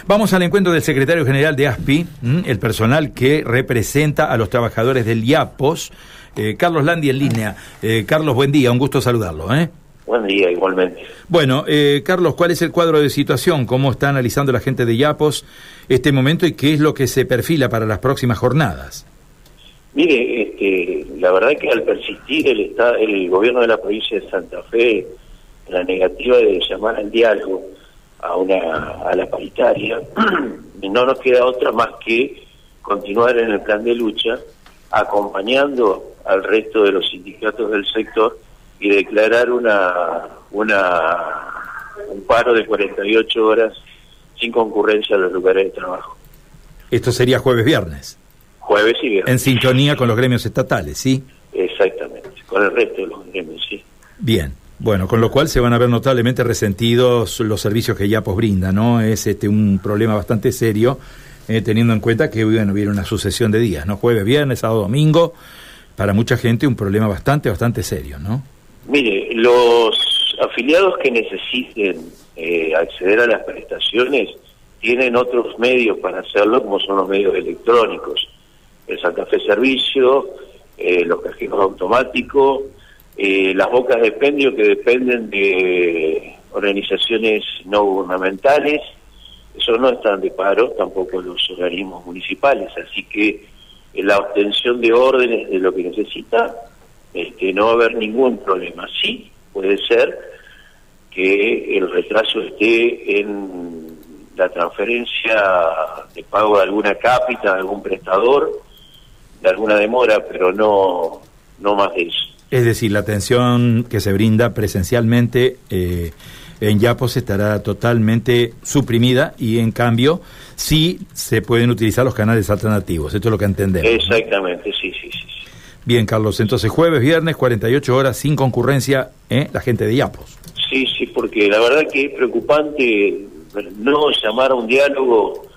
Vamos al encuentro del secretario general de ASPI, el personal que representa a los trabajadores del IAPOS, Carlos Landi en línea. Carlos, buen día, un gusto saludarlo. Buen día, igualmente. Bueno, Carlos, ¿cuál es el cuadro de situación? ¿Cómo está analizando la gente de IAPOS este momento y qué es lo que se perfila para las próximas jornadas? Mire, la verdad que al persistir el gobierno de la provincia de Santa Fe en la negativa de llamar al diálogo a la paritaria, no nos queda otra más que continuar en el plan de lucha, acompañando al resto de los sindicatos del sector y declarar un paro de 48 horas sin concurrencia a los lugares de trabajo. Esto sería jueves-viernes. Jueves y viernes. En sintonía con los gremios estatales, ¿sí? Exactamente, con el resto de los gremios, sí. Bien. Bueno, con lo cual se van a ver notablemente resentidos los servicios que IAPOS brinda, ¿no? Es un problema bastante serio, teniendo en cuenta que viene una sucesión de días, ¿no? Jueves, viernes, sábado, domingo, para mucha gente un problema bastante serio, ¿no? Mire, los afiliados que necesiten acceder a las prestaciones tienen otros medios para hacerlo, como son los medios electrónicos, el Santa Fe Servicio, los cajeros automáticos, las bocas de expendio que dependen de organizaciones no gubernamentales, esos no están de paro, tampoco los organismos municipales, así que la obtención de órdenes de lo que necesita, no va a haber ningún problema. Sí, puede ser que el retraso esté en la transferencia de pago de alguna cápita, de algún prestador, de alguna demora, pero no más de eso. Es decir, la atención que se brinda presencialmente en IAPOS estará totalmente suprimida y, en cambio, sí se pueden utilizar los canales alternativos. Esto es lo que entendemos. Exactamente, ¿no? Sí. Bien, Carlos, entonces jueves, viernes, 48 horas sin concurrencia, la gente de IAPOS. Sí, porque la verdad que es preocupante no llamar a un diálogo,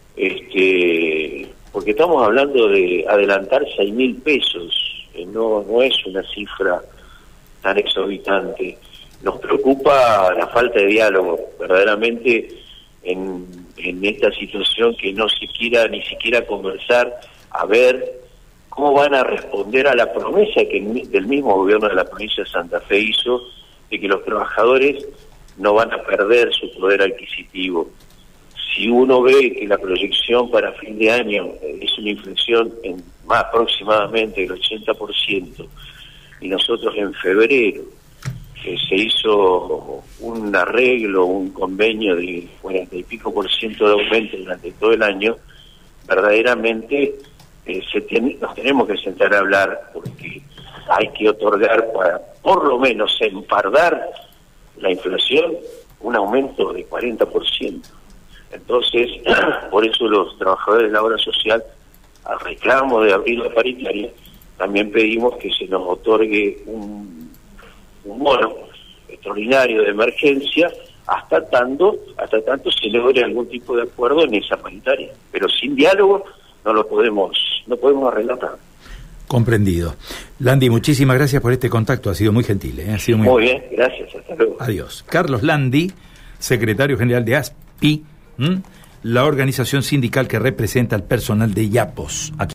porque estamos hablando de adelantar 6.000 pesos. No es una cifra tan exorbitante. Nos preocupa la falta de diálogo, verdaderamente, en esta situación, que no se quiera ni siquiera conversar a ver cómo van a responder a la promesa que del mismo gobierno de la provincia de Santa Fe hizo de que los trabajadores no van a perder su poder adquisitivo. Si uno ve que la proyección para fin de año es una inflación en más aproximadamente el 80%, y nosotros en febrero se hizo un arreglo, un convenio de 40 y pico % de aumento durante todo el año, verdaderamente nos tenemos que sentar a hablar, porque hay que otorgar, para por lo menos empardar la inflación, un aumento de 40%. Entonces, por eso los trabajadores de la obra social, al reclamo de abrir la paritaria, también pedimos que se nos otorgue un bono extraordinario de emergencia hasta tanto se logre algún tipo de acuerdo en esa paritaria. Pero sin diálogo no podemos arreglar nada. Comprendido. Landi, muchísimas gracias por este contacto, ha sido muy gentil. Ha sido muy bien, gracias, hasta luego. Adiós. Carlos Landi, secretario general de ASPI, la organización sindical que representa al personal de IAPOS.